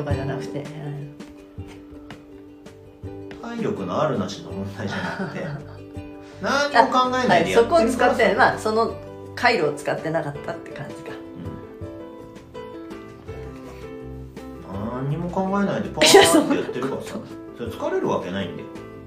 とかじゃなくて、 体力のあるなしの問題じゃなくて何も考えないでやってるから、 そこを使って、まあその回路を使ってなかったって感じか。 何にも考えないでパーってやってるからさ、それ疲れるわけないんだよ。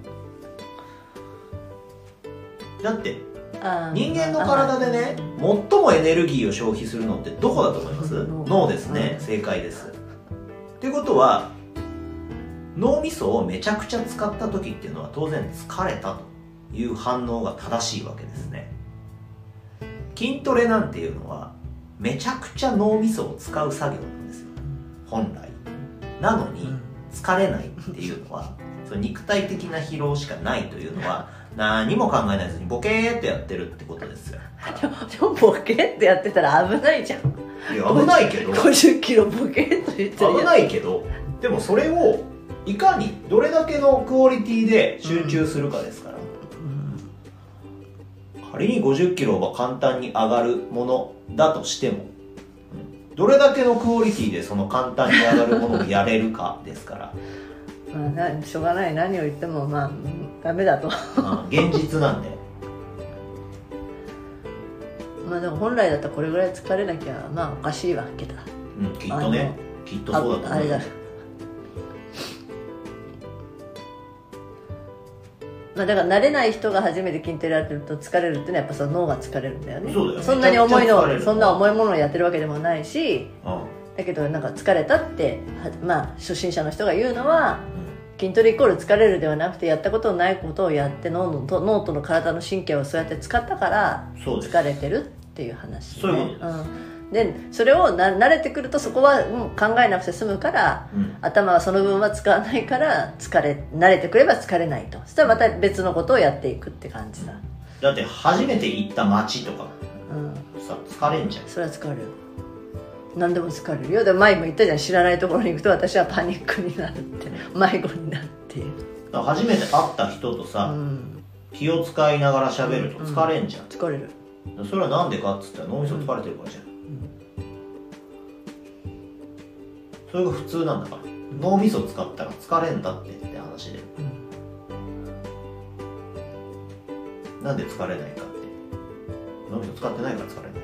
だって人間の体でね、最もエネルギーを消費するのってどこだと思います？脳ですね。正解です。っていうことは脳みそをめちゃくちゃ使った時っていうのは当然疲れたという反応が正しいわけですね。筋トレなんていうのはめちゃくちゃ脳みそを使う作業なんですよ、本来。なのに疲れないっていうのはその肉体的な疲労しかないというのは何も考えないずにボケーってやってるってことですよ。 でもボケーってやってたら危ないじゃん。 いや危ないけど 50キロボケーって言ってる。 危ないけど、でもそれをいかにどれだけのクオリティで集中するかですから、仮に50キロが簡単に上がるものだとしても、どれだけのクオリティでその簡単に上がるものをやれるかですからまあ、しょうがない。何を言ってもまあダメだと現実なんでまあでも本来だったらこれぐらい疲れなきゃまあおかしいわけだ。 きっとね、きっとそうだと思う。 まあだから慣れない人が初めて筋トレやってると疲れるっていうのはやっぱその脳が疲れるんだよね。 そうだよね。 そんなに重いの、そんな重いものをやってるわけでもないし、だけどなんか疲れたってまあ初心者の人が言うのは、筋トレイコール疲れるではなくてやったことのないことをやって脳との体の神経をそうやって使ったから疲れてるっていう話、ね、 そういうことです。 でそれを慣れてくるとそこはもう考えなくて済むから、頭はその分は使わないから慣れてくれば疲れないと。そしたらまた別のことをやっていくって感じだ。 だって初めて行った街とか、さ疲れんじゃん。 それは疲れる。何でも疲れるよ。で前も言ったじゃん、知らないところに行くと私はパニックになるって迷子になるっていう。 だから初めて会った人とさ、気を使いながら喋ると疲れんじゃん。 疲れる。 それはなんでかっつったら脳みそ疲れてるからじゃん。それが普通なんだから、脳みそ使ったら疲れんだって話で、なんで疲れないかって、脳みそ使ってないから疲れない。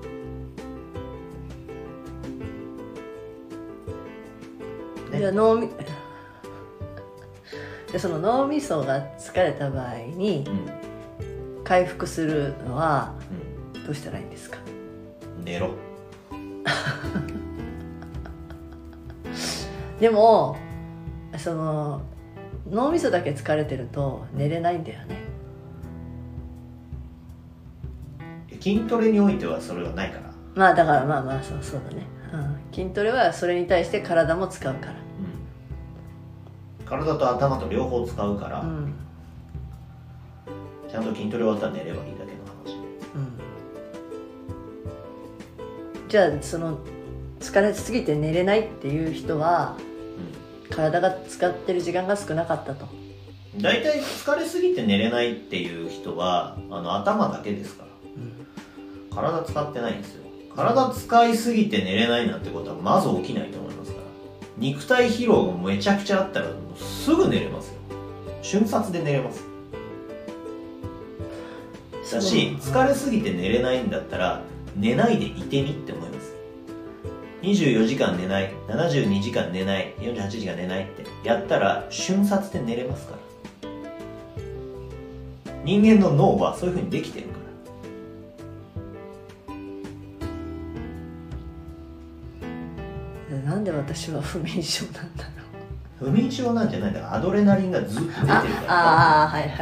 じゃあその脳みそが疲れた場合に回復するのはどうしたらいいんですか？ 寝ろ。 でもその脳みそだけ疲れてると寝れないんだよね。 筋トレにおいてはそれはないから。 まあだからまあそうだね、筋トレはそれに対して体も使うから、 体と頭と両方使うから、ちゃんと筋トレ終わったら寝ればいいだけの話、 じゃあその疲れすぎて寝れないっていう人は、体が使ってる時間が少なかったと。 だいたい疲れすぎて寝れないっていう人は頭だけですから、体使ってないんですよ。体使いすぎて寝れないなんてことはまず起きないと思いますから。肉体疲労がめちゃくちゃあったらもうすぐ寝れますよ。瞬殺で寝れます。だし疲れすぎて寝れないんだったら寝ないでいてみって思います。24時間寝ない、72時間寝ない、48時間寝ないってやったら瞬殺で寝れますから。人間の脳はそういう風にできてるから。 なんで私は不眠症なんだろう。不眠症なんじゃないんだから、アドレナリンがずっと出てるから。 はいはいはい。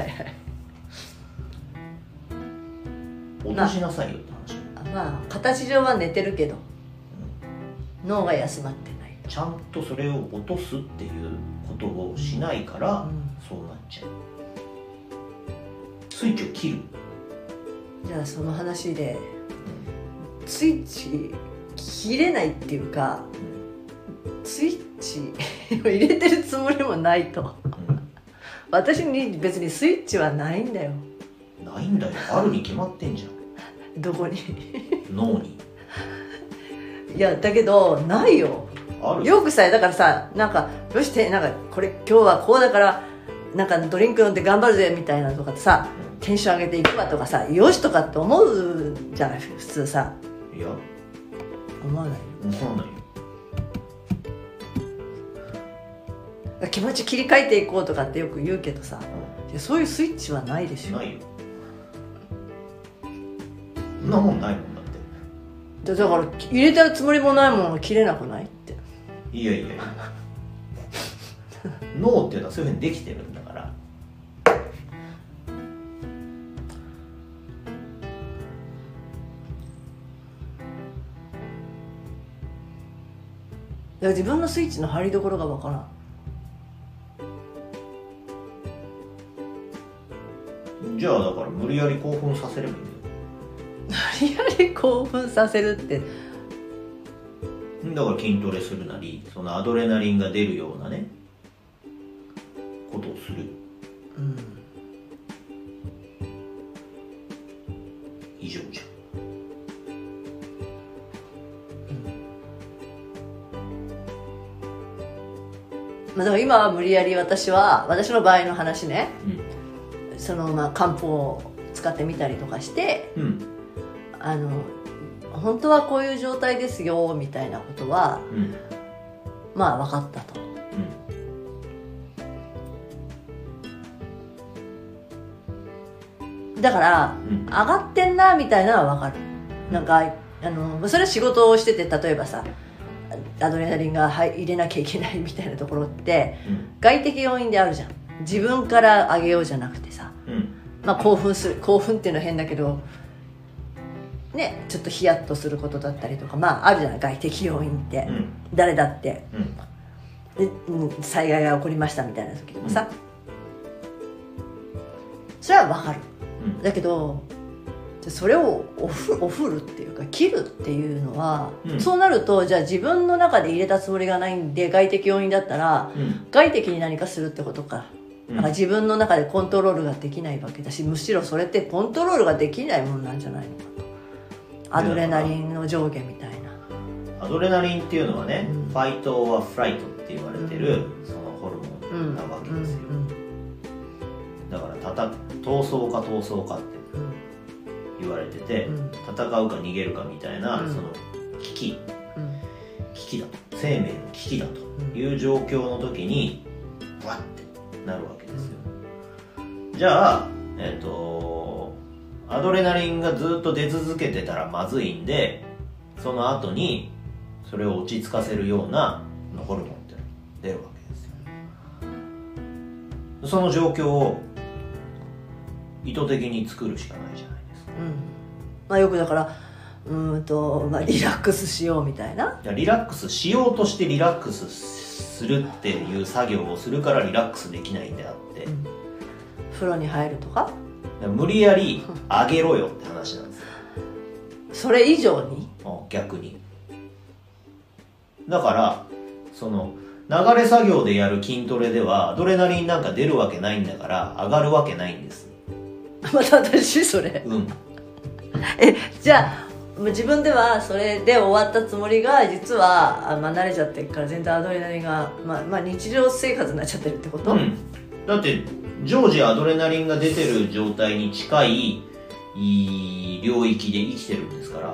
落としなさいよって話。 まあ形上は寝てるけど、脳が休まってない。 ちゃんとそれを落とすっていうことをしないから、そうなっちゃう。スイッチを切る。じゃあその話で、スイッチ切れないっていうか、スイッチを入れてるつもりもないと、私に別にスイッチはないんだよ。 ないんだよ。あるに決まってんじゃん。 どこに？ 脳に。 いやだけどないよ。 よくさ、だからさ、なんかどうしてなんかこれ今日はこうだからなんかドリンク飲んで頑張るぜみたいなのとかさ、テンション上げていくわとかさ、よしとかって思うじゃない普通さ。 いや思わないよ。 思わないよ。気持ち切り替えていこうとかってよく言うけどさ、そういうスイッチはないでしょ。 ないよ。そんなもんないもんだって。 だから入れたつもりもないものが切れなくないって。 いやいやいや脳っていうのはそういうふうにできてるんだから。 自分のスイッチの入りどころがわからん。 じゃあだから無理やり興奮させればいいんだよ。 無理やり興奮させるって、 だから筋トレするなり、そのアドレナリンが出るようなねことをする、以上じゃん。 だから今は無理やり私の場合の話ね、その漢方を使ってみたりとかして、本当はこういう状態ですよみたいなことは、まあ分かったと、だから、上がってんなみたいなのは分かる。なんかそれは仕事をしてて、例えばさアドレナリンが入れなきゃいけないみたいなところって、外的要因であるじゃん。自分から上げようじゃなくてさ、興奮っていうのは変だけどね、ちょっとヒヤッとすることだったりとか、あるじゃない、外的要因って、誰だって、災害が起こりましたみたいな時でもさ、それは分かる、だけどそれをオフるっていうか切るっていうのは、そうなるとじゃあ自分の中で入れたつもりがないんで外的要因だったら、外的に何かするってことか。なんか自分の中でコントロールができないわけだし、むしろそれってコントロールができないもんなんじゃないのかと。アドレナリンの上下みたいな。 アドレナリンっていうのはね、ファイトはフライトって言われてる、そのホルモンなわけですよ、だから闘争か闘争かって言われてて、戦うか逃げるかみたいな、その危機だと、生命の危機だという状況の時にバッてなるわけですよ。じゃあアドレナリンがずっと出続けてたらまずいんで、その後にそれを落ち着かせるようなホルモンって出るわけですよ。その状況を意図的に作るしかないじゃないですか。 よくだからリラックスしようみたいな。 リラックスしようとしてリラックスするっていう作業をするからリラックスできないんであって、 風呂に入るとか無理やり上げろよって話なんですよ。 それ以上に逆に。だからその流れ作業でやる筋トレではアドレナリンなんか出るわけないんだから上がるわけないんです。 また私それじゃあ自分ではそれで終わったつもりが実は慣れちゃってるから全然アドレナリンが、日常生活になっちゃってるってこと、 だって常時アドレナリンが出てる状態に近い領域で生きてるんですから、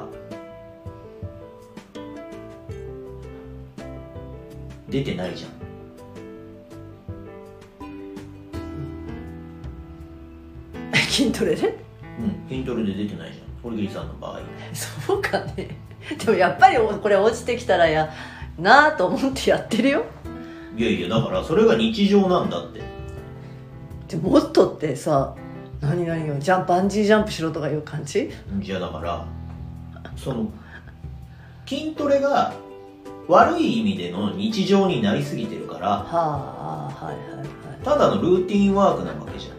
出てないじゃん。 筋トレで？ 筋トレで出てないじゃん、堀切さんの場合。 そうかね。でもやっぱりこれ落ちてきたらなぁと思ってやってるよ。 いやいや、だからそれが日常なんだって。 でもっとってさ、何よバンジージャンプしろとかいう感じ？ いやだからその筋トレが悪い意味での日常になりすぎてるから、ただのルーティンワークなわけじゃん。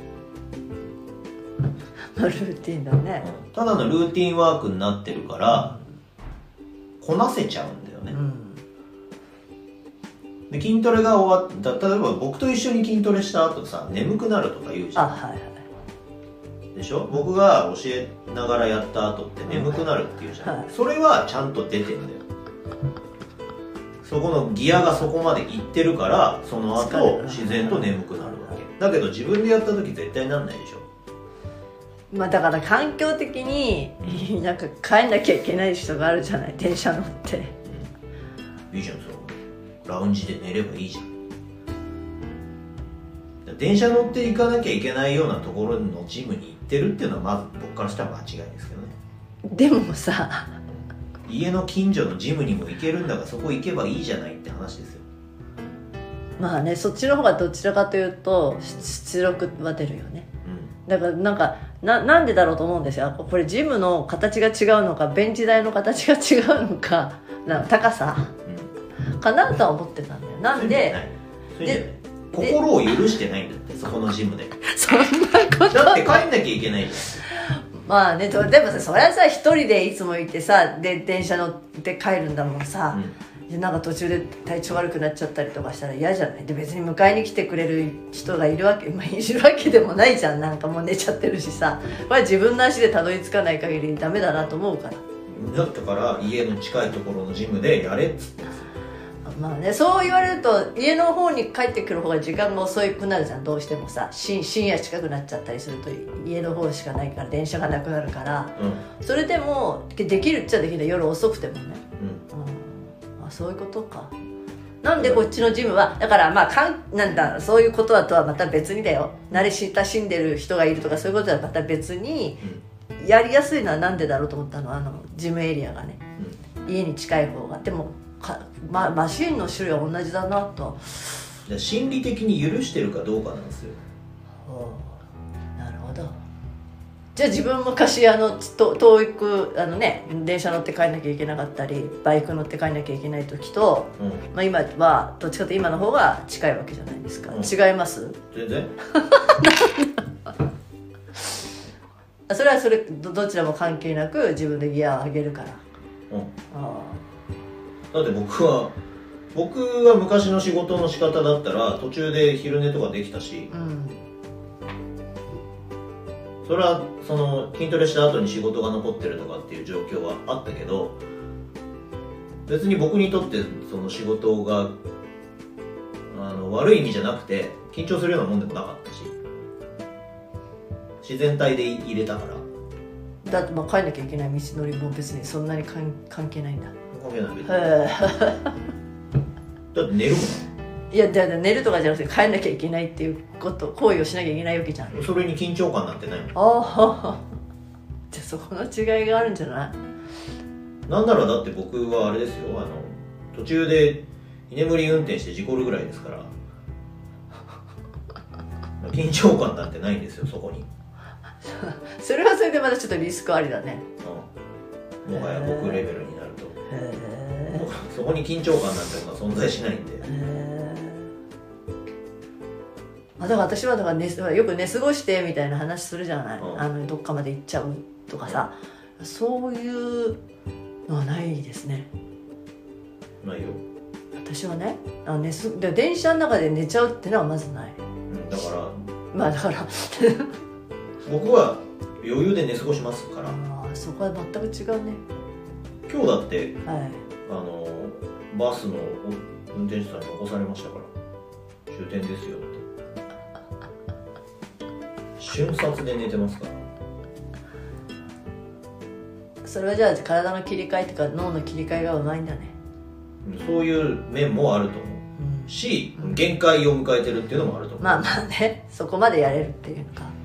ルーティンだね、 ただのルーティンワークになってるから、こなせちゃうんだよね、で筋トレが終わった、例えば僕と一緒に筋トレした後さ、眠くなるとか言うじゃん。でしょ。僕が教えながらやった後って眠くなるって言うじゃん、それはちゃんと出てんだよ。 そこのギアがそこまでいってるから、その後自然と眠くなるわけだけど、自分でやった時絶対なんないでしょ。 まあだから環境的になんか帰んなきゃいけない人があるじゃない、電車乗って、 いいじゃん、そうラウンジで寝ればいいじゃん。電車乗って行かなきゃいけないようなところのジムに行ってるっていうのはまず僕からしたら間違いですけどね。 でもさ、 家の近所のジムにも行けるんだからそこ行けばいいじゃないって話ですよ。 まあね、そっちの方がどちらかというと出力は出るよね、だからなんでだろうと思うんですよ。これジムの形が違うのか、ベンチ台の形が違うのか、高さ、かなとは思ってたんだよ。なんで心を許してないんだって、そこのジムでそんなことだって帰んなきゃいけないじゃん。 まあね、でもさ、それはさ、一人でいつも行ってさ、で電車乗って帰るんだもんさ、でなんか途中で体調悪くなっちゃったりとかしたら嫌じゃない。で別に迎えに来てくれる人がいるわけ、まあ、いるわけでもないじゃん。なんかもう寝ちゃってるしさ、これ自分の足でたどり着かない限りダメだなと思うから。 だったから家の近いところのジムでやれっつって。 まあね、そう言われると家の方に帰ってくる方が時間が遅くなるじゃん。どうしてもさ、深夜近くなっちゃったりすると家の方しかないから電車がなくなるから、それでもできるっちゃできる、夜遅くてもね、そういうことか。なんでこっちのジムはだからまあなんだ、そういうことはとはまた別にだよ。慣れ親しんでる人がいるとかそういうことはまた別に、やりやすいのはなんでだろうと思ったのは、ジムエリアがね、家に近い方が。でもマシンの種類は同じだなと。 心理的に許してるかどうかなんですよ。 なるほど。じゃあ自分昔遠く電車乗って帰んなきゃいけなかったり、バイク乗って帰んなきゃいけない時と、まあ、今はどっちかというと今の方が近いわけじゃないですか、違います？ 全然それはどちらも関係なく自分でギアを上げるから。 だって僕は昔の仕事の仕方だったら途中で昼寝とかできたし、それはその筋トレした後に仕事が残ってるとかっていう状況はあったけど、別に僕にとってその仕事が悪い意味じゃなくて緊張するようなもんでもなかったし、自然体で入れたから。 だってまあ帰んなきゃいけない道のりも別にそんなに関係ないんだ。 関係ない別にだって寝るもん。 いやだ寝るとかじゃなくて帰んなきゃいけないっていう行為をしなきゃいけないわけじゃん。 それに緊張感なんてないもん。 ああじゃあそこの違いがあるんじゃない？ なんならだって僕はあれですよ、途中で居眠り運転して事故るぐらいですから緊張感なんてないんですよ、そこにそれはそれでまたちょっとリスクありだね。 もはや僕レベルになるとそこに緊張感なんてのは存在しないんで。 だから私はよく寝過ごしてみたいな話するじゃない、どっかまで行っちゃうとかさ、そういうのはないですね。 ないよ。 私はね、電車の中で寝ちゃうってのはまずない、 だから僕は余裕で寝過ごしますから。 そこは全く違うね。 今日だって、バスの運転手さんに起こされましたから、終点ですよって瞬殺で寝てますから。 それはじゃあ体の切り替えとか脳の切り替えがうまいんだね。 そういう面もあると思う、し、限界を迎えてるっていうのもあると思う。 まあまあね、そこまでやれるっていうのか。